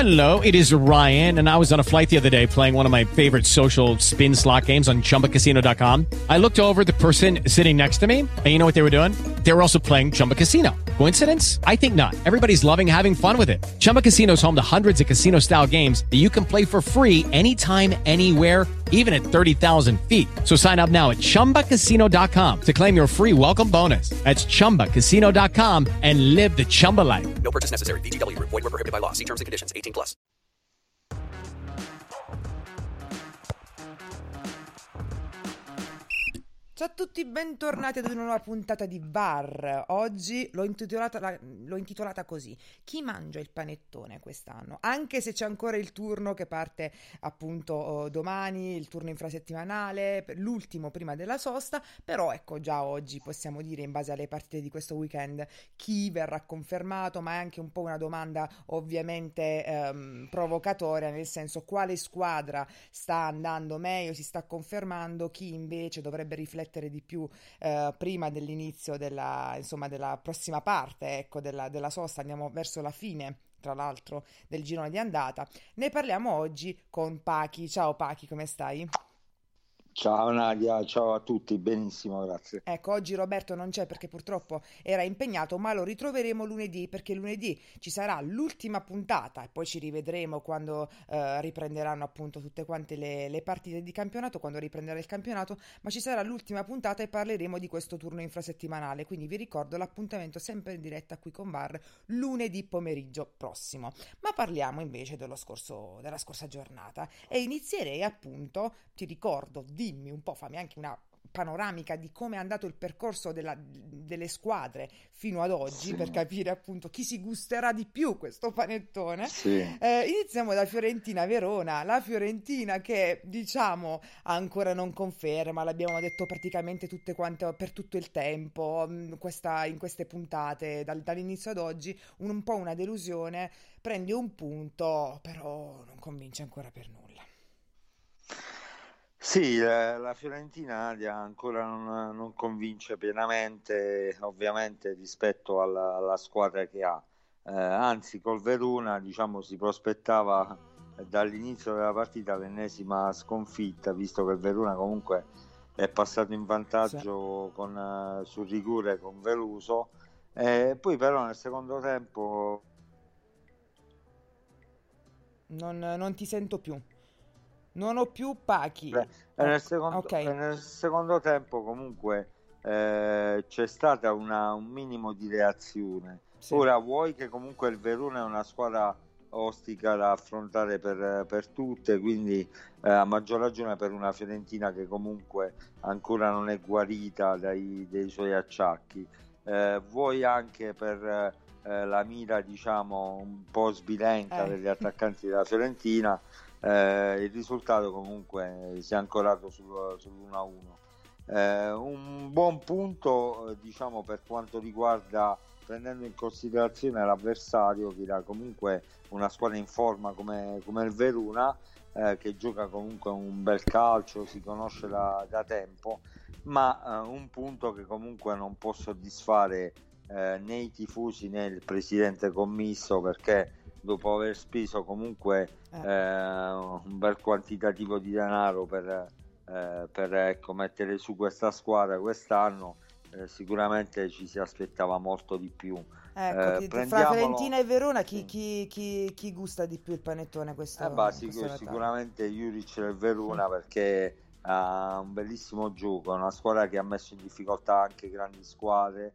Hello, it is Ryan, and I was on a flight the other day playing one of my favorite social spin slot games on ChumbaCasino.com. I looked over at the person sitting next to me, and you know what they were doing? They were also playing Chumba Casino. Coincidence? I think not. Everybody's loving having fun with it. Chumba Casino is home to hundreds of casino-style games that you can play for free anytime, anywhere, even at 30,000 feet. So sign up now at ChumbaCasino.com to claim your free welcome bonus. That's ChumbaCasino.com and live the Chumba life. No purchase necessary. VGW. Void where prohibited by law. See terms and conditions. 18 plus. Ciao a tutti, bentornati ad una nuova puntata di VAR. Oggi l'ho intitolata così: chi mangia il panettone quest'anno? Anche se c'è ancora il turno che parte appunto domani, il turno infrasettimanale, l'ultimo prima della sosta, però ecco, già oggi possiamo dire, in base alle partite di questo weekend, chi verrà confermato, ma è anche un po' una domanda ovviamente provocatoria, nel senso: quale squadra sta andando meglio, si sta confermando, chi invece dovrebbe riflettere di più prima dell'inizio della prossima parte, ecco, della sosta. Andiamo verso la fine, tra l'altro, del girone di andata. Ne parliamo oggi con Pachi. Ciao Pachi, come stai? Ciao Nadia, ciao a tutti, benissimo, grazie. Ecco, oggi Roberto non c'è perché purtroppo era impegnato, ma lo ritroveremo lunedì, perché lunedì ci sarà l'ultima puntata e poi ci rivedremo quando riprenderanno appunto tutte quante le partite di campionato, quando riprenderà il campionato, ma ci sarà l'ultima puntata e parleremo di questo turno infrasettimanale, quindi vi ricordo l'appuntamento sempre in diretta qui con VAR lunedì pomeriggio prossimo. Ma parliamo invece della scorsa giornata e inizierei appunto, ti ricordo, dimmi un po', fammi anche una panoramica di come è andato il percorso delle squadre fino ad oggi, sì, per capire appunto chi si gusterà di più questo panettone. Sì. Iniziamo da Fiorentina-Verona, la Fiorentina che diciamo ancora non conferma, l'abbiamo detto praticamente tutte quante per tutto il tempo, in queste puntate dall'inizio ad oggi, un po' una delusione, prende un punto però non convince ancora per nulla. Sì, la Fiorentina ancora non convince pienamente, ovviamente, rispetto alla squadra che ha. Anzi, col Verona, diciamo, si prospettava dall'inizio della partita l'ennesima sconfitta, visto che il Verona comunque è passato in vantaggio, sì, sul rigore con Veloso. Poi però nel secondo tempo... Non ti sento più. Non ho più Pachi. Nel secondo tempo comunque c'è stata un minimo di reazione. Sì. Ora vuoi che comunque il Verona è una squadra ostica da affrontare per tutte, quindi a maggior ragione per una Fiorentina che comunque ancora non è guarita dei suoi acciacchi. Vuoi anche per la mira, diciamo, un po' sbilenca degli attaccanti della Fiorentina. Il risultato comunque si è ancorato sull'1-1. Un buon punto, diciamo, per quanto riguarda, prendendo in considerazione l'avversario, che era comunque una squadra in forma come il Verona, che gioca comunque un bel calcio, si conosce da tempo, ma un punto che comunque non può soddisfare né i tifosi né il presidente commisso, perché dopo aver speso comunque un bel quantitativo di denaro per ecco, mettere su questa squadra quest'anno, sicuramente ci si aspettava molto di più. Ecco, fra Fiorentina e Verona chi gusta di più il panettone sicuramente Juric del Verona, perché ha un bellissimo gioco, è una squadra che ha messo in difficoltà anche grandi squadre.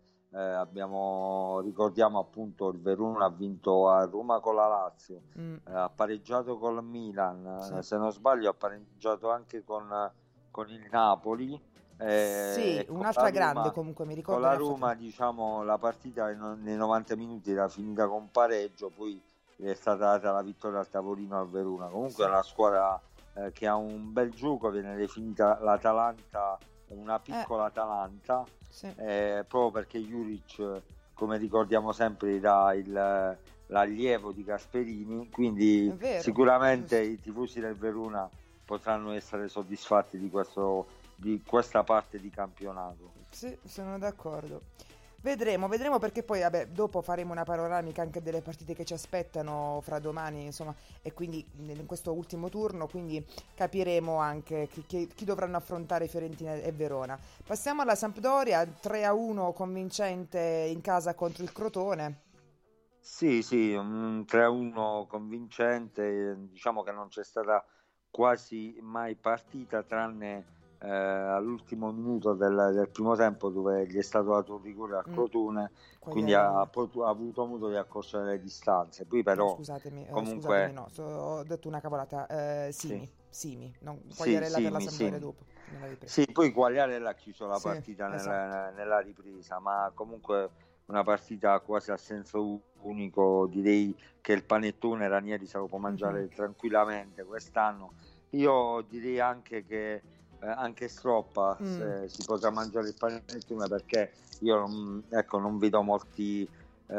Ricordiamo appunto il Verona ha vinto a Roma con la Lazio, ha pareggiato con il Milan, sì, se non sbaglio ha pareggiato anche con il Napoli, sì, un'altra grande comunque, mi ricordo. Con la Roma, diciamo, la partita nei 90 minuti era finita con pareggio, poi è stata data la vittoria al tavolino al Verona. Comunque è una squadra che ha un bel gioco, viene definita l'Atalanta, una piccola Atalanta. Sì. Proprio perché Juric, come ricordiamo sempre, era l'allievo di Gasperini, quindi sicuramente i tifosi del Verona potranno essere soddisfatti di questa parte di campionato. Sì, sono d'accordo. Vedremo perché poi vabbè, dopo faremo una panoramica anche delle partite che ci aspettano fra domani, insomma, e quindi in questo ultimo turno, quindi capiremo anche chi dovranno affrontare Fiorentina e Verona. Passiamo alla Sampdoria, 3-1 convincente in casa contro il Crotone. Sì, un 3-1 convincente, diciamo che non c'è stata quasi mai partita tranne all'ultimo minuto del primo tempo dove gli è stato dato un rigore al Crotone, quindi ha avuto modo di accorciare le distanze. Poi però scusatemi, no, ho detto una cavolata. Simi, non Quagliarella per la Sampdoria dopo. Sì, poi Quagliarella ha chiuso la partita nella ripresa, ma comunque una partita quasi a senso unico. Direi che il panettone Ranieri se lo può mangiare tranquillamente quest'anno. Io direi anche che anche Stroppa si potrà mangiare il panettone, perché io non vedo molti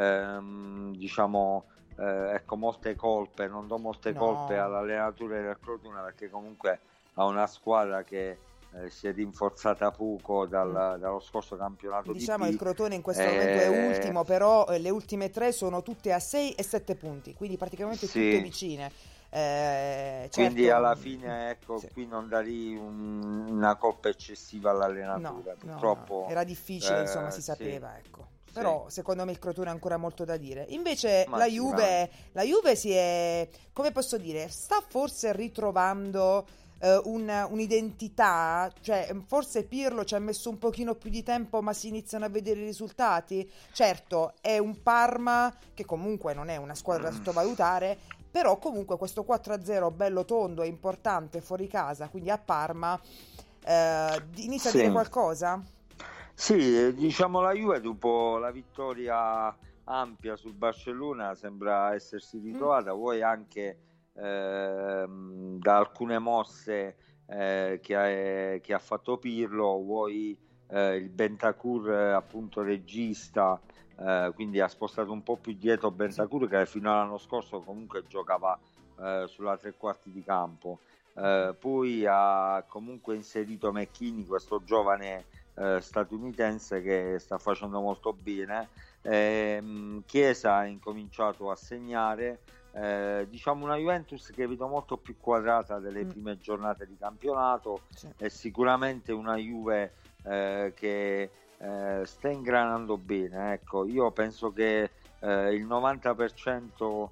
molte colpe, non do molte colpe all'allenatore del Crotone, perché comunque ha una squadra che si è rinforzata poco dallo scorso campionato. Diciamo il Crotone in questo momento è ultimo, però le ultime 3 sono tutte a 6 e 7 punti, quindi praticamente tutte vicine. Quindi alla fine qui non darei una colpa eccessiva all'allenatore, purtroppo era difficile, insomma, si sapeva, ecco. Però secondo me il Crotone ha ancora molto da dire. Invece la Juve si è, come posso dire, sta forse ritrovando un'identità, cioè forse Pirlo ci ha messo un pochino più di tempo, ma si iniziano a vedere i risultati. Certo, è un Parma che comunque non è una squadra da sottovalutare, però comunque questo 4-0 bello tondo e importante fuori casa, quindi a Parma, inizia a dire qualcosa? Sì, diciamo la Juve dopo la vittoria ampia sul Barcellona sembra essersi ritrovata, vuoi anche da alcune mosse che ha fatto Pirlo, vuoi il Bentancur appunto regista, quindi ha spostato un po' più dietro Bentancur, che fino all'anno scorso comunque giocava sulla tre quarti di campo, poi ha comunque inserito McKinney, questo giovane statunitense che sta facendo molto bene. Chiesa ha incominciato a segnare, diciamo una Juventus che vedo molto più quadrata delle prime giornate di campionato, è sicuramente una Juve che sta ingranando bene, ecco. Io penso che il 90%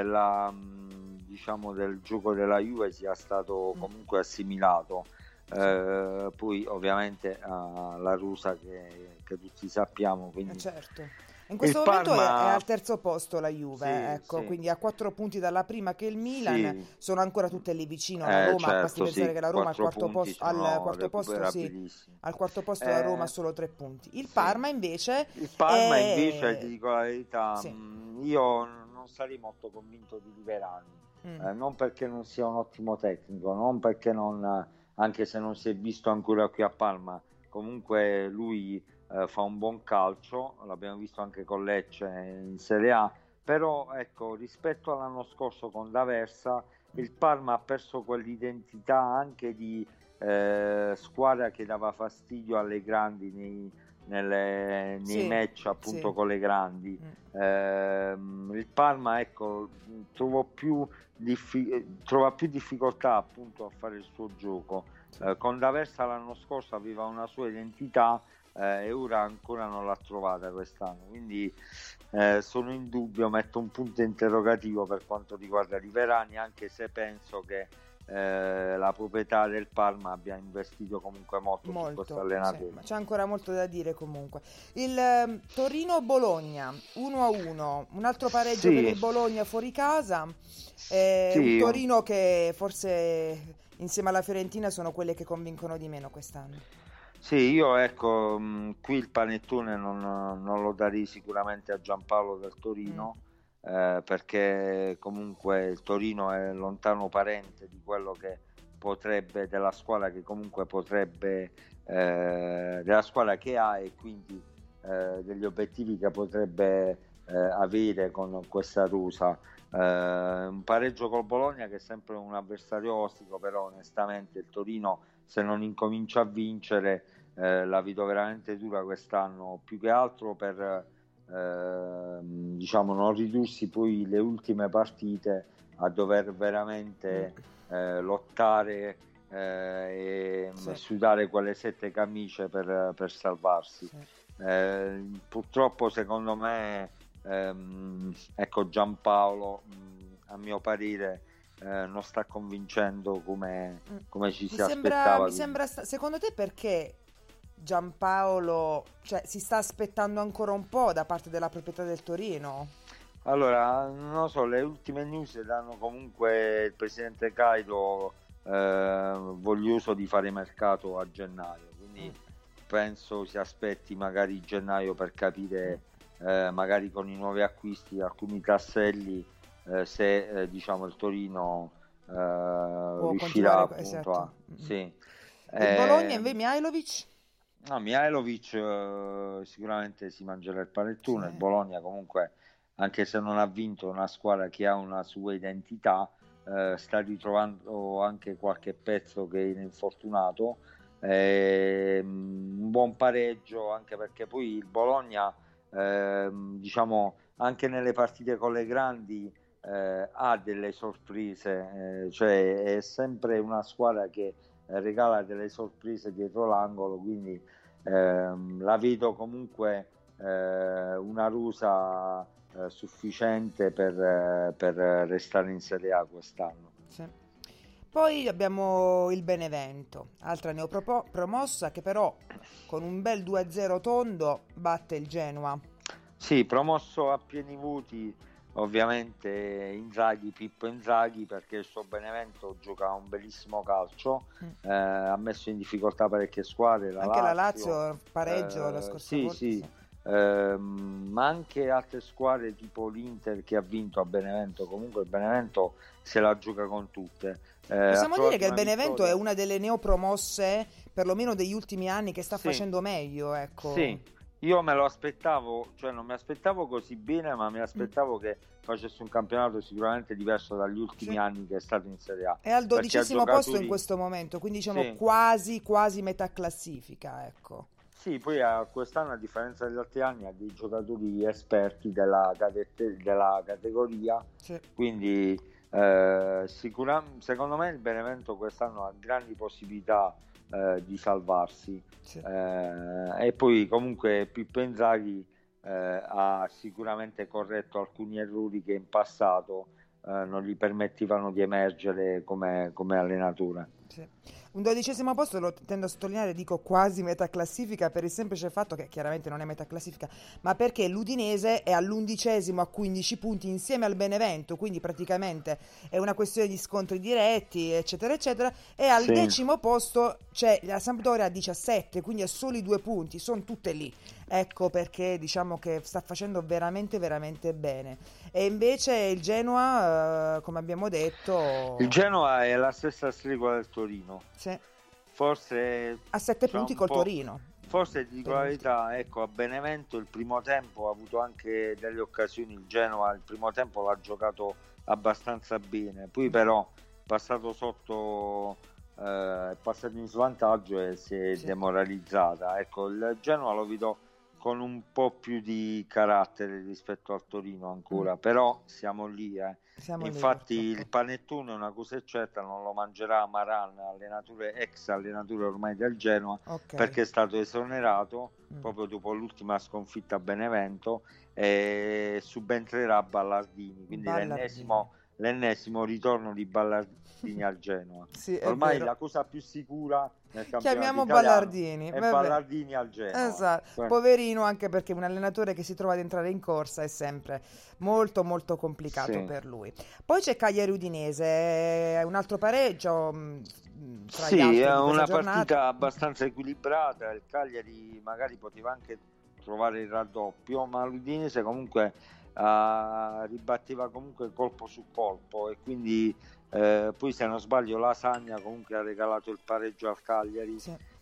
del gioco della Juve sia stato comunque assimilato. Poi ovviamente la rusa che tutti sappiamo, quindi certo. In questo momento Parma... è al terzo posto la Juve, quindi a 4 punti dalla prima che il Milan, sono ancora tutte lì vicino alla Roma, basti pensare che la Roma al quarto posto, al quarto posto la Roma ha solo 3 punti. Il Parma invece ti dico la verità, io non sarei molto convinto di Liverani, non perché non sia un ottimo tecnico, non perché non, anche se non si è visto ancora qui a Parma, comunque lui fa un buon calcio, l'abbiamo visto anche con Lecce in Serie A, però ecco, rispetto all'anno scorso con D'Aversa il Parma ha perso quell'identità anche di squadra che dava fastidio alle grandi nei match appunto con le grandi. Il Parma trova più difficoltà appunto a fare il suo gioco. Con D'Aversa l'anno scorso aveva una sua identità e ora ancora non l'ha trovata quest'anno, quindi sono in dubbio, metto un punto interrogativo per quanto riguarda Liverani, anche se penso che la proprietà del Parma abbia investito comunque molto su questo allenatore. Ma c'è ancora molto da dire comunque. Il Torino-Bologna 1-1, un altro pareggio per il Bologna fuori casa, un Torino che forse insieme alla Fiorentina sono quelle che convincono di meno quest'anno. Sì, io qui il panettone non lo darei sicuramente a Giampaolo del Torino, perché comunque il Torino è lontano parente di quello che potrebbe, della squadra che comunque potrebbe, della squadra che ha, e quindi degli obiettivi che potrebbe avere con questa rusa. Un pareggio col Bologna, che è sempre un avversario ostico, però onestamente il Torino, se non incomincia a vincere, la vedo veramente dura quest'anno, più che altro per diciamo non ridursi poi le ultime partite a dover veramente lottare e sudare quelle 7 camicie per salvarsi. Purtroppo secondo me ecco, Giampaolo a mio parere non sta convincendo come ci si aspettava. Mi sembra, secondo te perché Giampaolo, cioè, si sta aspettando ancora un po' da parte della proprietà del Torino? Allora, non lo so, le ultime news danno comunque il presidente Cairo voglioso di fare mercato a gennaio, quindi penso si aspetti magari gennaio per capire magari con i nuovi acquisti alcuni tasselli se diciamo il Torino riuscirà appunto esatto. sì. Il Bologna invece Mihajlovic? No, Mihajlovic sicuramente si mangerà il panettone. Il Bologna comunque, anche se non ha vinto, è una squadra che ha una sua identità, sta ritrovando anche qualche pezzo che è infortunato, un buon pareggio, anche perché poi il Bologna diciamo anche nelle partite con le grandi ha delle sorprese, cioè è sempre una squadra che regala delle sorprese dietro l'angolo, quindi la vedo comunque una rosa sufficiente per restare in Serie A quest'anno. Sì. Poi abbiamo il Benevento, altra neopromossa che però con un bel 2-0 tondo batte il Genoa. Sì, promosso a pieni voti ovviamente Pippo Inzaghi, perché il suo Benevento gioca un bellissimo calcio, ha messo in difficoltà parecchie squadre, anche la Lazio pareggio la scorsa volta. Sì. Ma anche altre squadre tipo l'Inter che ha vinto a Benevento. Comunque il Benevento se la gioca con tutte. Possiamo dire che il Benevento è una delle neopromosse perlomeno degli ultimi anni che sta facendo meglio, ecco. Sì. Io me lo aspettavo, cioè non mi aspettavo così bene, ma mi aspettavo che facesse un campionato sicuramente diverso dagli ultimi anni che è stato in Serie A. È al 12° posto in questo momento, quindi diciamo quasi metà classifica, ecco. Sì, poi quest'anno, a differenza degli altri anni, ha dei giocatori esperti della categoria, quindi secondo me il Benevento quest'anno ha grandi possibilità di salvarsi, e poi comunque Pippo Inzaghi ha sicuramente corretto alcuni errori che in passato non gli permettevano di emergere come allenatore. Un 12° posto lo tendo a sottolineare, dico quasi metà classifica per il semplice fatto che chiaramente non è metà classifica, ma perché l'Udinese è all'11° a 15 punti insieme al Benevento, quindi praticamente è una questione di scontri diretti eccetera eccetera, e al 10° posto c'è la Sampdoria a 17, quindi a soli 2 punti, sono tutte lì, ecco perché diciamo che sta facendo veramente bene. E invece il Genoa, come abbiamo detto, il Genoa è la stessa stregua del Torino. Forse a 7 punti col Torino. Forse ti dico la verità, ecco, a Benevento il primo tempo ha avuto anche delle occasioni, il Genoa il primo tempo l'ha giocato abbastanza bene, poi però passato sotto, è passato in svantaggio e si è demoralizzata. Ecco, il Genoa lo vedo con un po' più di carattere rispetto al Torino ancora, però siamo lì. Infatti il panettone, una cosa è certa, non lo mangerà Maran, ex allenatore ormai del Genoa, perché è stato esonerato proprio dopo l'ultima sconfitta a Benevento, e subentrerà Ballardini, quindi l'ennesimo ritorno di Ballardini al Genoa. Ormai la cosa più sicura nel campionato Ballardini è Ballardini al Genoa. Esatto. Poverino, anche perché un allenatore che si trova ad entrare in corsa è sempre molto complicato per lui. Poi c'è Cagliari Udinese, un altro pareggio tra gli altri è una giornata. Partita abbastanza equilibrata. Il Cagliari magari poteva anche trovare il raddoppio, ma l'Udinese comunque ribatteva comunque colpo su colpo, e quindi poi, se non sbaglio, Lasagna comunque ha regalato il pareggio al Cagliari,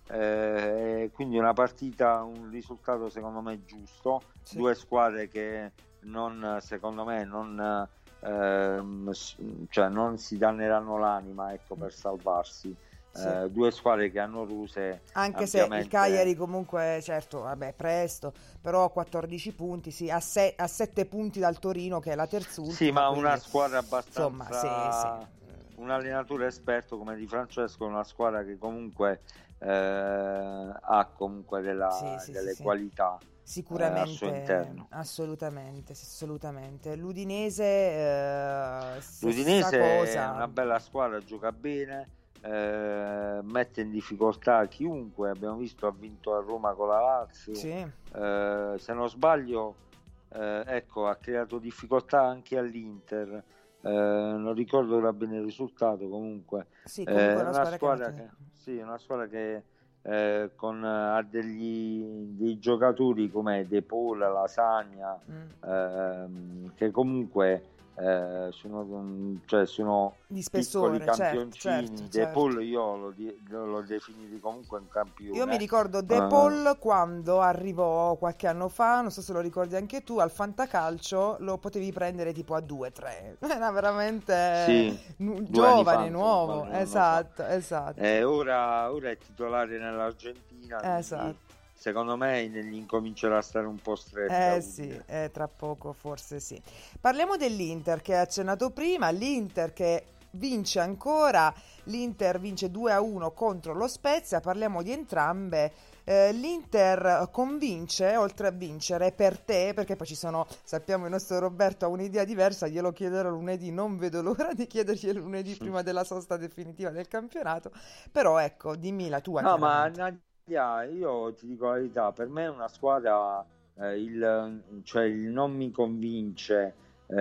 quindi una partita, un risultato secondo me giusto, due squadre che secondo me non si danneranno l'anima, ecco, per salvarsi. Sì. Due squadre che hanno ruse Anche se il ampiamente. Cagliari comunque, certo, vabbè, presto, però a 14 punti, sì, a 7 punti dal Torino che è la terzultima. Sì, ma quindi, una squadra insomma, abbastanza, un allenatore esperto come Di Francesco, una squadra che comunque ha comunque delle qualità al suo interno. assolutamente. L'Udinese, stessa L'Udinese cosa. è una bella squadra, gioca bene, mette in difficoltà chiunque. Abbiamo visto, ha vinto a Roma con la Lazio. Sì. Se non sbaglio, ecco, ha creato difficoltà anche all'Inter. Non ricordo ora bene il risultato, comunque. Sì, comunque è Una squadra che ha dei giocatori come De Paul, Lasagna, che comunque sono di spessore, piccoli campioncini. certo. De Paul io l'ho definito comunque un campione. Io mi ricordo De Paul quando arrivò qualche anno fa, non so se lo ricordi anche tu, al Fantacalcio lo potevi prendere tipo a 2-3, era veramente giovane, nuovo, esatto. Ora è titolare nell'Argentina, esatto. Secondo me gli incomincerà a stare un po' stretto. Sì, tra poco forse sì. Parliamo dell'Inter che hai accennato prima, l'Inter che vince ancora, l'Inter vince 2-1 contro lo Spezia, parliamo di entrambe. L'Inter convince, oltre a vincere, per te, perché poi sappiamo il nostro Roberto ha un'idea diversa, glielo chiederò lunedì, non vedo l'ora di chiedergli lunedì prima della sosta definitiva del campionato, però ecco, dimmi la tua. No, ma Nadia, io ti dico la verità, per me è una squadra, il non mi convince,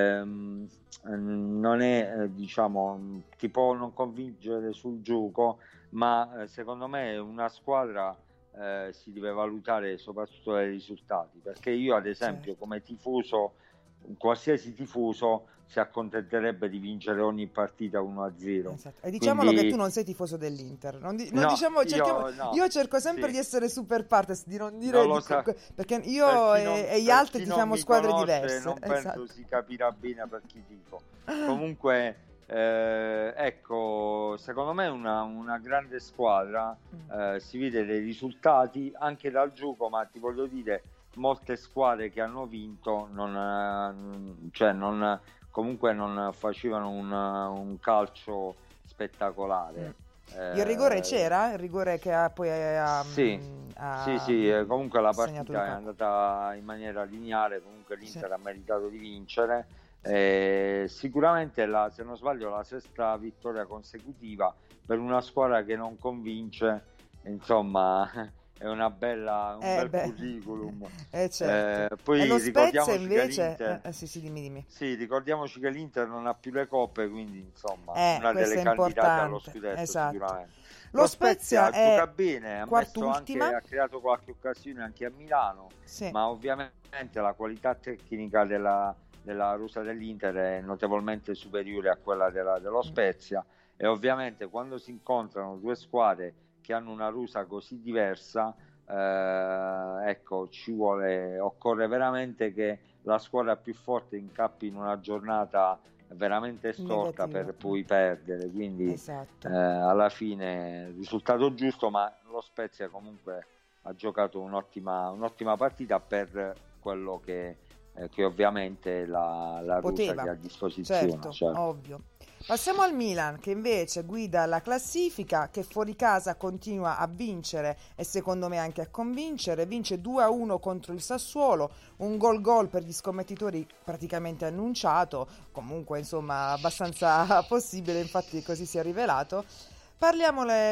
non è, diciamo, ti può non convincere sul gioco, ma secondo me una squadra si deve valutare soprattutto dai risultati, perché io ad esempio come tifoso, qualsiasi tifoso si accontenterebbe di vincere ogni partita 1-0. Esatto. E diciamolo che tu non sei tifoso dell'Inter. Io cerco sempre di essere super partes, di non dire perché io e gli altri tifiamo squadre diverse. Non penso si capirà bene per chi tifo. Comunque, ecco, secondo me è una grande squadra. Si vede dei risultati anche dal gioco, ma ti voglio dire, molte squadre che hanno vinto comunque non facevano un calcio spettacolare. Il rigore c'era? Il rigore che comunque la partita è andata in maniera lineare, comunque l'Inter ha meritato di vincere. Sicuramente se non sbaglio la sesta vittoria consecutiva per una squadra che non convince, insomma. È un bel curriculum. Certo. Poi lo Spezia ricordiamoci invece che l'Inter, dimmi. Sì, ricordiamoci che l'Inter non ha più le coppe, quindi insomma una questo delle è candidate allo importante. scudetto, Esatto. sicuramente. Lo Spezia gioca bene, ha creato qualche occasione anche a Milano, ma ovviamente la qualità tecnica della rosa dell'Inter è notevolmente superiore a quella dello Spezia, e ovviamente quando si incontrano due squadre che hanno una rosa così diversa, ecco, occorre veramente che la squadra più forte incappi in una giornata veramente storta per poi perdere, quindi alla fine risultato giusto, ma lo Spezia comunque ha giocato un'ottima partita per quello che ovviamente la rosa che ha a disposizione. Certo. Ovvio. Passiamo al Milan che invece guida la classifica, che fuori casa continua a vincere e secondo me anche a convincere, vince 2-1 contro il Sassuolo, un gol per gli scommettitori praticamente annunciato, comunque insomma abbastanza possibile, infatti così si è rivelato. Parliamone.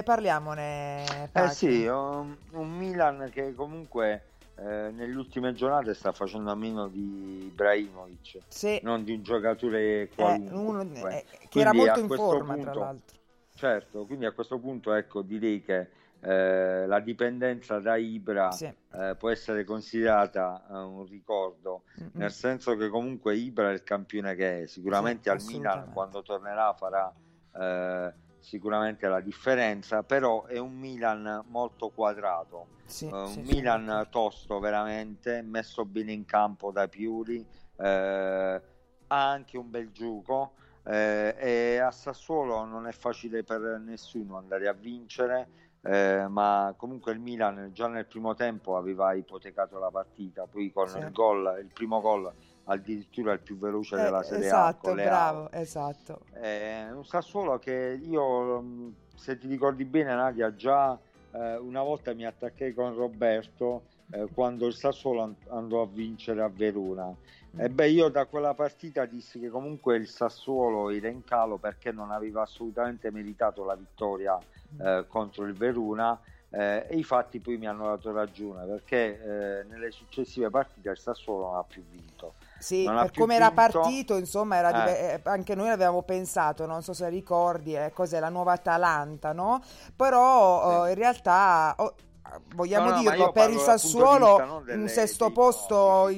Sì, un Milan che comunque nelle ultime giornate sta facendo a meno di Ibrahimovic, non di un giocatore qualunque, che era molto in forma, tra l'altro. Certo, quindi a questo punto ecco, direi che la dipendenza da Ibra può essere considerata un ricordo, nel senso che comunque Ibra è il campione che è, sicuramente al Milan quando tornerà farà sicuramente la differenza, però è un Milan molto quadrato, Milan tosto, veramente messo bene in campo da Pioli, ha anche un bel gioco, e a Sassuolo non è facile per nessuno andare a vincere, ma comunque il Milan già nel primo tempo aveva ipotecato la partita, poi con il primo gol addirittura il più veloce della Serie A, esatto, bravo, esatto. Un Sassuolo che io, se ti ricordi bene Nadia, già una volta mi attaccai con Roberto quando il Sassuolo andò a vincere a Verona. Io da quella partita dissi che comunque il Sassuolo era in calo perché non aveva assolutamente meritato la vittoria contro il Verona, e i fatti poi mi hanno dato ragione, perché nelle successive partite il Sassuolo non ha più vinto. Sì, per come era partito, insomma, anche noi l'avevamo pensato, non so se ricordi, cos'è la nuova Atalanta, no? Però in realtà vogliamo dirlo, per il Sassuolo un sesto posto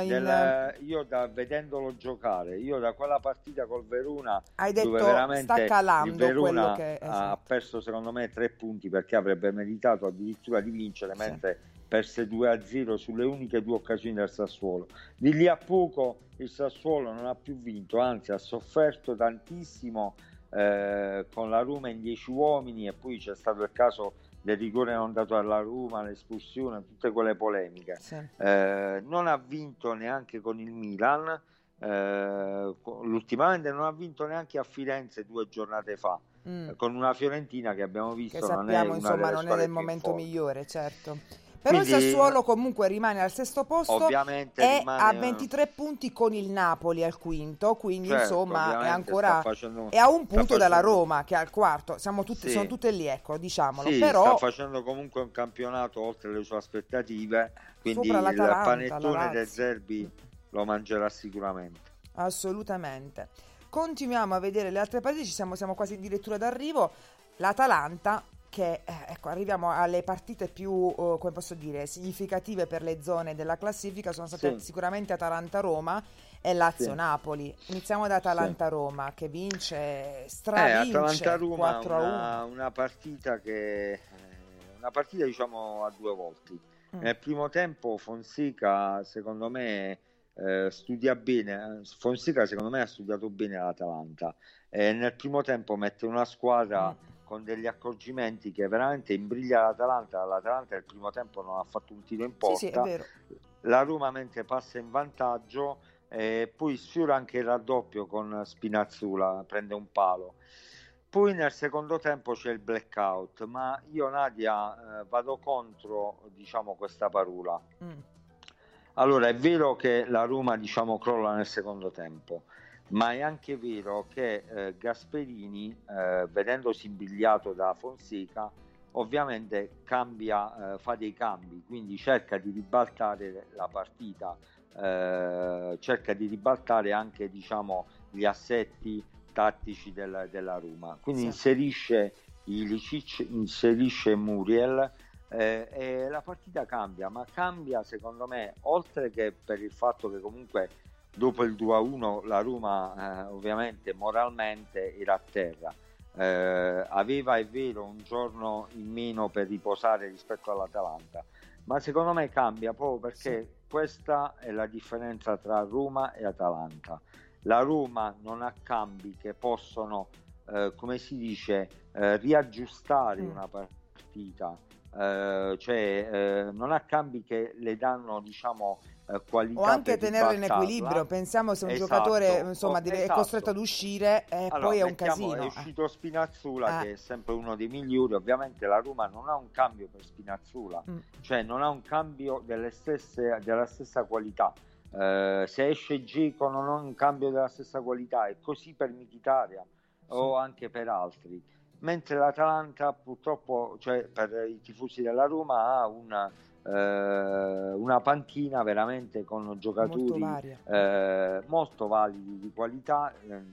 io vedendolo giocare, io da quella partita col Verona hai detto dove veramente sta calando il Verona quello che ha perso secondo me 3 punti perché avrebbe meritato addirittura di vincere, mentre perse 2-0 sulle uniche 2 occasioni del Sassuolo. Di lì a poco il Sassuolo non ha più vinto, anzi ha sofferto tantissimo con la Roma in 10 uomini, e poi c'è stato il caso del rigore non dato alla Roma, l'espulsione, tutte quelle polemiche. Non ha vinto neanche con il Milan, ultimamente non ha vinto neanche a Firenze 2 giornate fa, con una Fiorentina che abbiamo visto che sappiamo, non è una insomma, non è nel momento migliore, certo. Però quindi, il Sassuolo comunque rimane al sesto posto e a 23 punti con il Napoli al quinto, quindi insomma è ancora è a un punto dalla Roma che è al quarto. Sono tutte lì, ecco, diciamolo. Però sta facendo comunque un campionato oltre le sue aspettative, quindi il panettone del Zerbi lo mangerà sicuramente. Assolutamente. Continuiamo a vedere le altre partite, siamo quasi addirittura d'arrivo. L'Atalanta, che ecco, arriviamo alle partite più come posso dire, significative per le zone della classifica, sono state sicuramente Atalanta-Roma e Lazio-Napoli. Iniziamo da Atalanta-Roma che vince, stravince Atalanta-Roma 4-1. una partita diciamo a due volti. Nel primo tempo Fonseca secondo me studia bene, Fonseca secondo me ha studiato bene l'Atalanta, nel primo tempo mette una squadra con degli accorgimenti che veramente imbriglia l'Atalanta nel primo tempo non ha fatto un tiro in porta, è vero. La Roma mentre passa in vantaggio, poi sfiora anche il raddoppio con Spinazzola, prende un palo, poi nel secondo tempo c'è il blackout, ma io Nadia vado contro diciamo questa parola. Allora è vero che la Roma diciamo crolla nel secondo tempo, ma è anche vero che Gasperini, vedendosi imbrigliato da Fonseca, ovviamente fa dei cambi, quindi cerca di ribaltare la partita, cerca di ribaltare anche diciamo gli assetti tattici della Roma, quindi inserisce Ilicic, inserisce Muriel, e la partita cambia, ma cambia secondo me, oltre che per il fatto che comunque dopo il 2-1 la Roma ovviamente moralmente era a terra, aveva, è vero, un giorno in meno per riposare rispetto all'Atalanta, ma secondo me cambia proprio perché questa è la differenza tra Roma e Atalanta. La Roma non ha cambi che possono come si dice riaggiustare una partita, non ha cambi che le danno diciamo qualità, o anche tenerlo in equilibrio. Pensiamo se un giocatore insomma è costretto ad uscire e allora, poi è un casino. È uscito Spinazzola che è sempre uno dei migliori, ovviamente la Roma non ha un cambio per Spinazzola, cioè non ha un cambio della stessa qualità, se esce Dzeko non ha un cambio della stessa qualità, e così per Mkhitaryan o anche per altri, mentre l'Atalanta purtroppo, cioè per i tifosi della Roma, ha una panchina veramente con giocatori molto validi di qualità,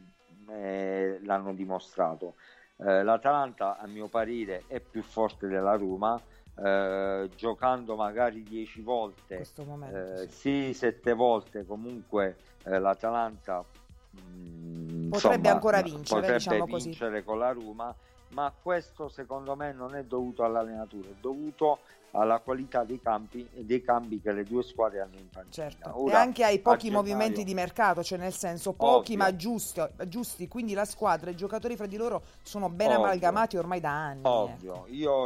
l'hanno dimostrato. L'Atalanta a mio parere è più forte della Roma, giocando magari 10 volte, 7 volte comunque l'Atalanta potrebbe ancora vincere, potrebbe diciamo così. vincere con la Roma, ma questo secondo me non è dovuto all'allenatore, è dovuto alla qualità dei cambi che le due squadre hanno in panchina. Certo. Ora, e anche ai pochi gennaio, movimenti di mercato, cioè nel senso pochi ovvio, ma giusti, quindi la squadra e i giocatori fra di loro sono ben ovvio, amalgamati ormai da anni. ovvio.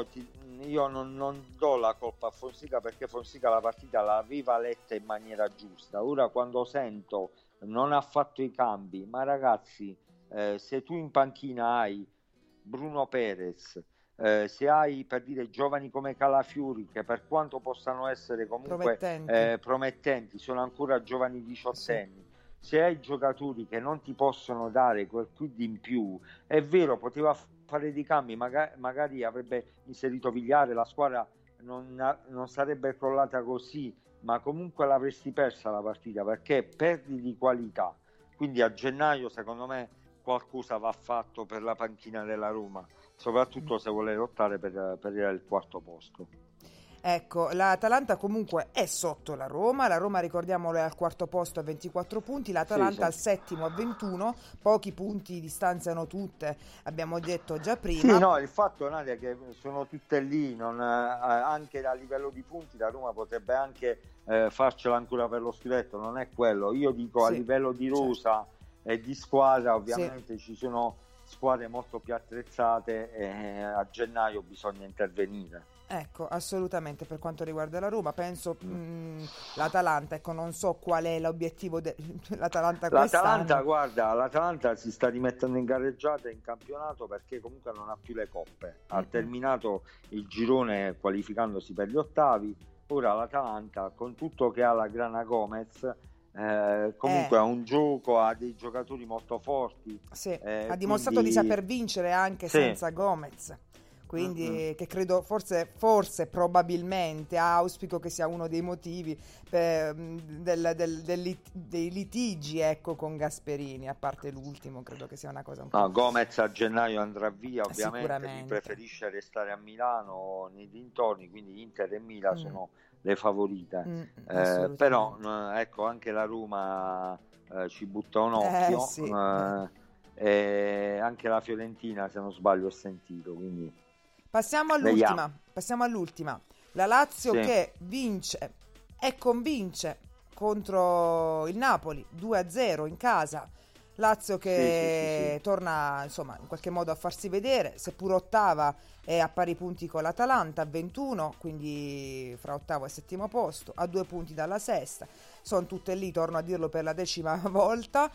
Io non do la colpa a Fonseca, perché Fonseca la partita l'aveva letta in maniera giusta. Ora quando sento non ha fatto i cambi, ma ragazzi, se tu in panchina hai Bruno Perez, se hai, per dire, giovani come Calafiori, che per quanto possano essere comunque promettenti, sono ancora giovani diciottenni, se hai giocatori che non ti possono dare quel quid in più, è vero, poteva fare dei cambi, magari avrebbe inserito Vigliare, la squadra non sarebbe crollata così, ma comunque l'avresti persa la partita, perché perdi di qualità. Quindi a gennaio secondo me qualcosa va fatto per la panchina della Roma, soprattutto se vuole lottare per il quarto posto. Ecco, l'Atalanta comunque è sotto la Roma ricordiamolo è al quarto posto a 24 punti, l'Atalanta al settimo a 21, pochi punti distanziano tutte, abbiamo detto già prima. Sì, no, il fatto, Nadia, è che sono tutte lì, anche a livello di punti la Roma potrebbe anche farcela ancora per lo scudetto, non è quello, io dico a livello di rosa e di squadra ovviamente ci sono squadre molto più attrezzate e a gennaio bisogna intervenire. Ecco, assolutamente, per quanto riguarda la Roma, penso l'Atalanta, ecco, non so qual è l'obiettivo dell'Atalanta quest'anno. Guarda, l'Atalanta si sta rimettendo in gareggiata in campionato, perché comunque non ha più le coppe, ha terminato il girone qualificandosi per gli ottavi. Ora l'Atalanta, con tutto che ha la Grana Gomez, comunque ha un gioco, ha dei giocatori molto forti, ha dimostrato di saper vincere anche senza Gomez, quindi che credo forse probabilmente auspico che sia uno dei motivi dei litigi, ecco, con Gasperini, a parte l'ultimo, credo che sia una cosa un po'... Gomez a gennaio andrà via, ovviamente lui preferisce restare a Milano o nei dintorni, quindi Inter e Milan sono le favorite, però ecco, anche la Roma ci butta un occhio, e anche la Fiorentina, se non sbaglio, ho sentito, quindi passiamo all'ultima, la Lazio che vince e convince contro il Napoli 2-0 in casa. Lazio che torna insomma in qualche modo a farsi vedere, seppur ottava è a pari punti con l'Atalanta a 21, quindi fra ottavo e settimo posto, a 2 punti dalla sesta, sono tutte lì, torno a dirlo per la 10ª volta,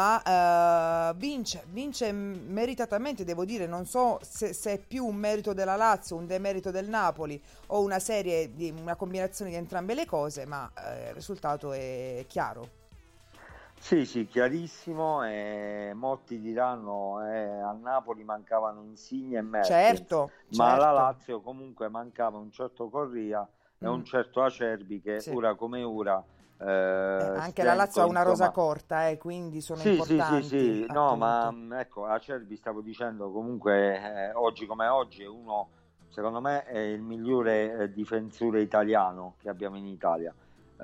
ma vince meritatamente, devo dire. Non so se è più un merito della Lazio, un demerito del Napoli o una combinazione di entrambe le cose, ma il risultato è chiaro. Sì, chiarissimo, e molti diranno a Napoli mancavano Insigne e Mertens, ma alla Lazio comunque mancava un certo Correa e un certo Acerbi che ora come ora anche la Lazio ha una rosa corta, quindi sono importanti. No, ma ecco, Acerbi, stavo dicendo, comunque oggi come oggi è uno, secondo me è il migliore difensore italiano che abbiamo in Italia.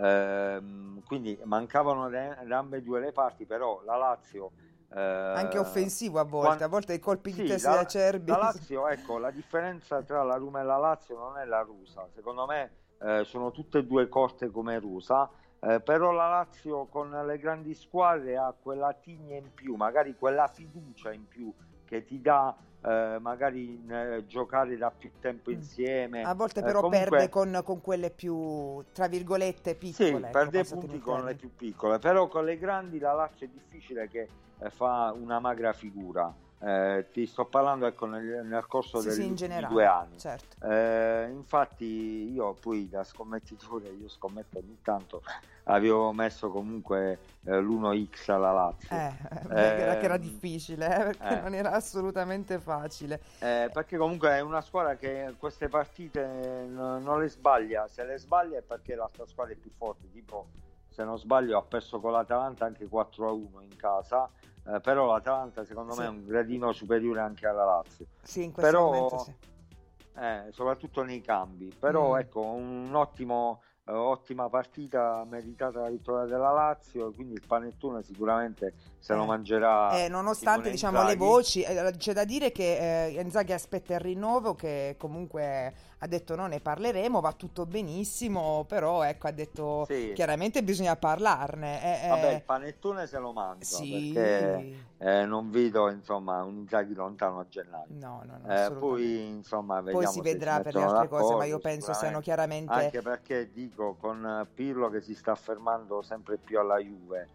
Quindi mancavano ambedue le parti, però la Lazio anche offensivo a volte i colpi di testa di Acerbi. La Lazio, ecco, la differenza tra la Roma e la Lazio non è la rusa, secondo me sono tutte e due corte come rusa, però la Lazio con le grandi squadre ha quella tigna in più, magari quella fiducia in più che ti dà magari giocare da più tempo insieme. A volte però comunque perde con quelle più, tra virgolette, piccole. Perde punti con le più piccole, però con le grandi la Lazio è difficile che fa una magra figura. Ti sto parlando, ecco, nel corso di 2 anni. Certo. Infatti io poi da scommettitore, io scommetto ogni tanto, avevo messo comunque l'1x alla Lazio, che era difficile, perché non era assolutamente facile, perché comunque è una squadra che queste partite non le sbaglia, se le sbaglia è perché l'altra squadra è più forte, tipo, se non sbaglio, ha perso con l'Atalanta anche 4-1 in casa, però l'Atalanta secondo me è un gradino superiore anche alla Lazio, in questo momento soprattutto nei cambi, però ecco, un ottimo ottima partita, meritata la vittoria della Lazio, quindi il panettone sicuramente se lo mangerà nonostante Simone le Inzaghi. voci, c'è da dire che Inzaghi aspetta il rinnovo, che comunque ha detto no, ne parleremo, va tutto benissimo, però ecco, ha detto Sì. chiaramente bisogna parlarne. Vabbè, il panettone se lo mangia, Sì. perché non vedo insomma un Inzaghi lontano a gennaio. No, assolutamente. Poi insomma Poi vediamo si se vedrà si per le mettono altre cose, ma io d'accordo, penso siano sicuramente. chiaramente... Anche perché dico, con Pirlo che si sta affermando sempre più alla Juve,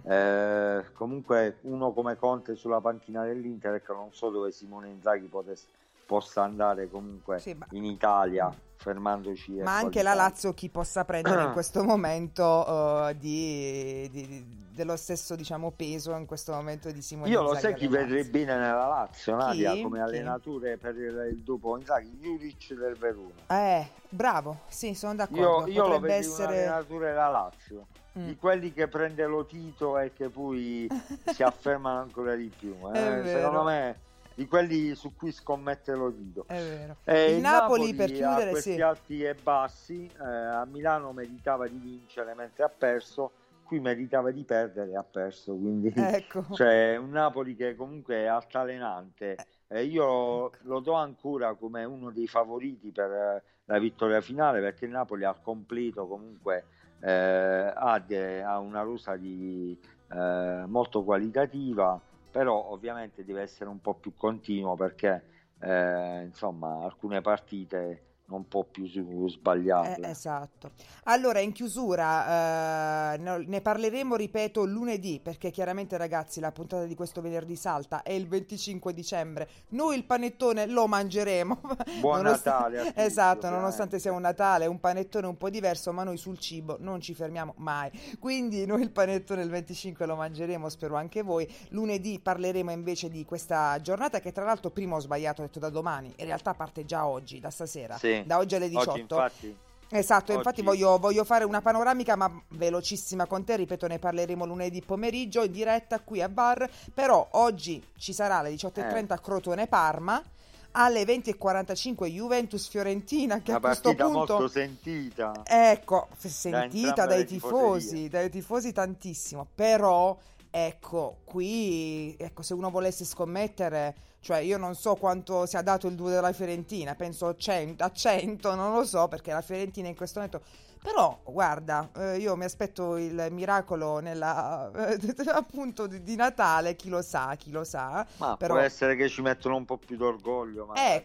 comunque uno come Conte sulla panchina dell'Inter, ecco, non so dove Simone Inzaghi possa andare comunque Sì, in Italia, fermandoci. Ma anche la Lazio chi possa prendere in questo momento dello stesso, diciamo, peso in questo momento di Simone Io Inzaghi. lo sai chi vedrei bene nella Lazio, Nadia, Chi? come allenatore per il dopo Inzaghi? Juric del Verona. Bravo, sì, sono d'accordo. Io lo Potrebbe vedo un essere... allenatore della Lazio, di quelli che prende lo Tito e che poi si affermano ancora di più. Secondo me, di quelli su cui scommette lo Tito. È vero. Il Napoli, per chiudere, a questi alti e bassi, a Milano meritava di vincere mentre ha perso, qui meritava di perdere e ha perso, quindi ecco. Cioè un Napoli che comunque è altalenante. Io lo do ancora come uno dei favoriti per la vittoria finale, perché il Napoli al completo comunque ha una rosa molto qualitativa, però ovviamente deve essere un po' più continuo, perché insomma alcune partite non può più sbagliarle. Esatto. Allora, in chiusura ne parleremo, ripeto, lunedì, perché chiaramente, ragazzi, la puntata di questo venerdì salta, è il 25 dicembre. Noi il panettone lo mangeremo. Buon Natale a tutti, esatto, nonostante sia un Natale, un panettone un po' diverso, ma noi sul cibo non ci fermiamo mai. Quindi noi il panettone il 25 lo mangeremo, spero anche voi. Lunedì parleremo invece di questa giornata, che tra l'altro prima ho sbagliato, ho detto da domani, in realtà parte già oggi, da stasera. Sì. Da oggi alle 18. Oggi, infatti. Esatto, infatti voglio fare una panoramica, ma velocissima con te, ripeto, ne parleremo lunedì pomeriggio in diretta qui a Bar, però oggi ci sarà alle 18:30 Crotone-Parma, alle 20:45 Juventus-Fiorentina, che una a questo partita punto molto sentita. Ecco, sentita dai tifosi tantissimo, però ecco, qui, ecco, se uno volesse scommettere, cioè io non so quanto sia dato il 2 della Fiorentina, penso a 100, non lo so, perché la Fiorentina in questo momento... Però, guarda, io mi aspetto il miracolo appunto di Natale, chi lo sa. Ma però... può essere che ci mettono un po' più d'orgoglio, magari,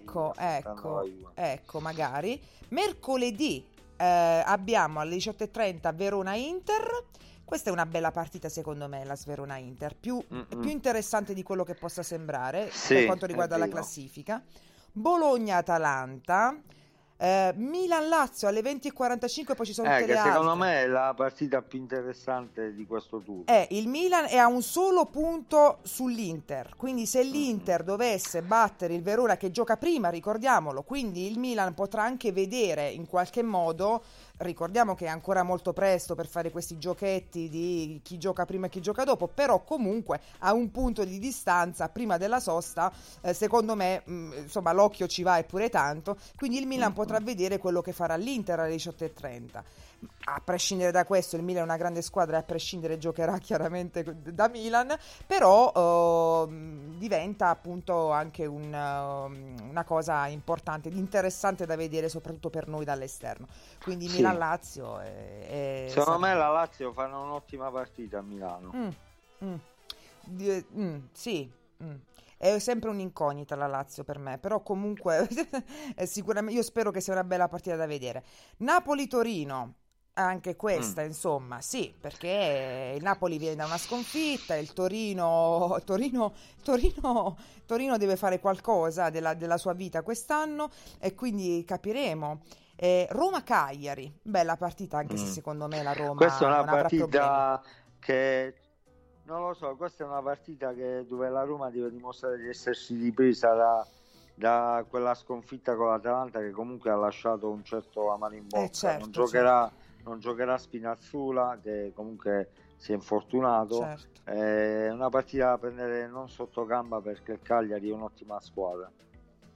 ecco, magari. Mercoledì abbiamo alle 18:30 Verona-Inter. Questa è una bella partita, secondo me, la Verona-Inter, più interessante di quello che possa sembrare, per quanto riguarda la classifica. Bologna-Atalanta, Milan-Lazio alle 20:45, poi ci sono tutte le altre. Secondo me è la partita più interessante di questo turno. Il Milan è a un solo punto sull'Inter, quindi se l'Inter dovesse battere il Verona, che gioca prima, ricordiamolo, quindi il Milan potrà anche vedere in qualche modo... Ricordiamo che è ancora molto presto per fare questi giochetti di chi gioca prima e chi gioca dopo, però comunque a un punto di distanza prima della sosta, secondo me, insomma, l'occhio ci va, e pure tanto, quindi il Milan potrà vedere quello che farà l'Inter alle 18:30. A prescindere da questo, il Milan è una grande squadra e a prescindere giocherà chiaramente da Milan, però diventa appunto anche una cosa importante, interessante da vedere, soprattutto per noi dall'esterno. Quindi Milan-Lazio secondo me la Lazio farà un'ottima partita a Milano. Sì. È sempre un'incognita la Lazio per me, però comunque sicuramente io spero che sia una bella partita da vedere. Napoli-Torino, anche questa, insomma, sì, perché il Napoli viene da una sconfitta, il Torino deve fare qualcosa della sua vita quest'anno, e quindi capiremo. Roma-Cagliari, bella partita, anche se secondo me la Roma questa è una non avrà problemi. partita che non lo so, questa è una partita dove la Roma deve dimostrare di essersi ripresa da quella sconfitta con l'Atalanta, che comunque ha lasciato un certo amaro in bocca. Non giocherà Spinazzola, che comunque si è infortunato. È una partita da prendere non sotto gamba, perché il Cagliari è un'ottima squadra.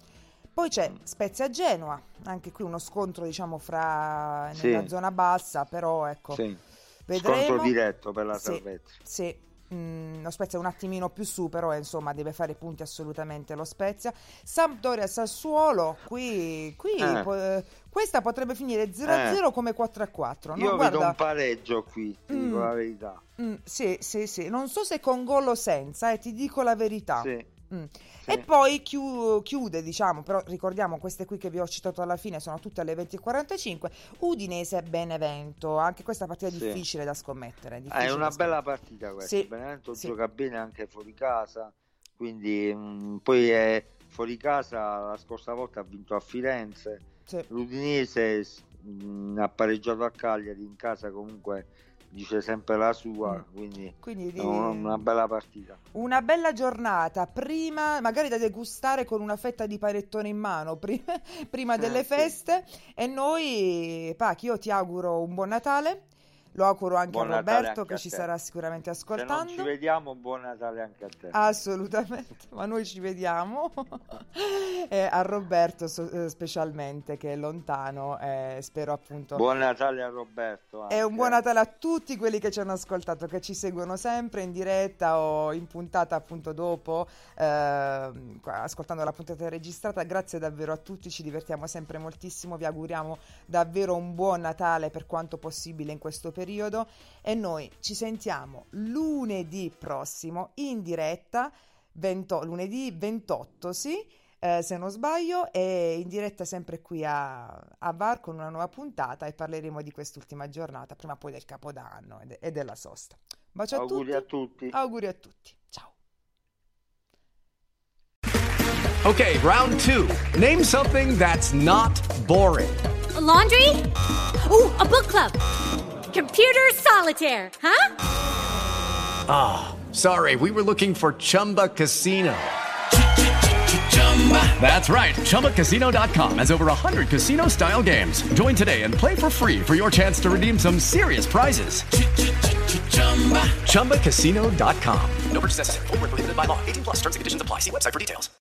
Poi c'è Spezia-Genoa, anche qui uno scontro diciamo nella zona bassa, però ecco, vedremo. Scontro diretto per la Sì, salvezza. sì. Lo Spezia è un attimino più su, però insomma deve fare punti assolutamente lo Spezia. Sampdoria-Sassuolo, qui questa potrebbe finire 0-0 come 4-4. No? Io Guarda, vedo un pareggio qui, ti dico la verità. Sì, non so se con gol o senza, ti dico la verità. Sì. E poi chiude, diciamo, però ricordiamo queste qui che vi ho citato alla fine sono tutte alle 20:45. Udinese-Benevento, anche questa partita difficile da scommettere. È una bella partita questa. Sì, Benevento gioca bene anche fuori casa, quindi poi è fuori casa, la scorsa volta ha vinto a Firenze. L'Udinese ha pareggiato a Cagliari, in casa comunque dice sempre la sua, quindi una bella partita, una bella giornata, prima magari da degustare con una fetta di panettone in mano prima delle feste. E noi, Pachi, io ti auguro un buon Natale, lo auguro anche a Roberto che ci sarà sicuramente ascoltando. Se non ci vediamo, buon Natale anche a te. Assolutamente, ma noi ci vediamo. A Roberto specialmente, che è lontano, spero appunto. Buon Natale a Roberto anche. E un buon Natale a tutti quelli che ci hanno ascoltato, che ci seguono sempre in diretta o in puntata appunto dopo, ascoltando la puntata registrata. Grazie davvero a tutti, ci divertiamo sempre moltissimo, vi auguriamo davvero un buon Natale per quanto possibile in questo periodo, e noi ci sentiamo lunedì prossimo in diretta, lunedì 28 se non sbaglio, e in diretta sempre qui a VAR con una nuova puntata, e parleremo di quest'ultima giornata prima poi del Capodanno e della sosta. Bacio a tutti. Auguri a tutti. Ciao. Okay, round 2. Name something that's not boring. A laundry? Ooh, a book club. Computer solitaire, huh? Ah, sorry, we were looking for Chumba Casino. That's right, ChumbaCasino.com has over 100 casino-style games. Join today and play for free for your chance to redeem some serious prizes. ChumbaCasino.com. No purchase necessary. Void where prohibited by law. 18+ terms and conditions apply. See website for details.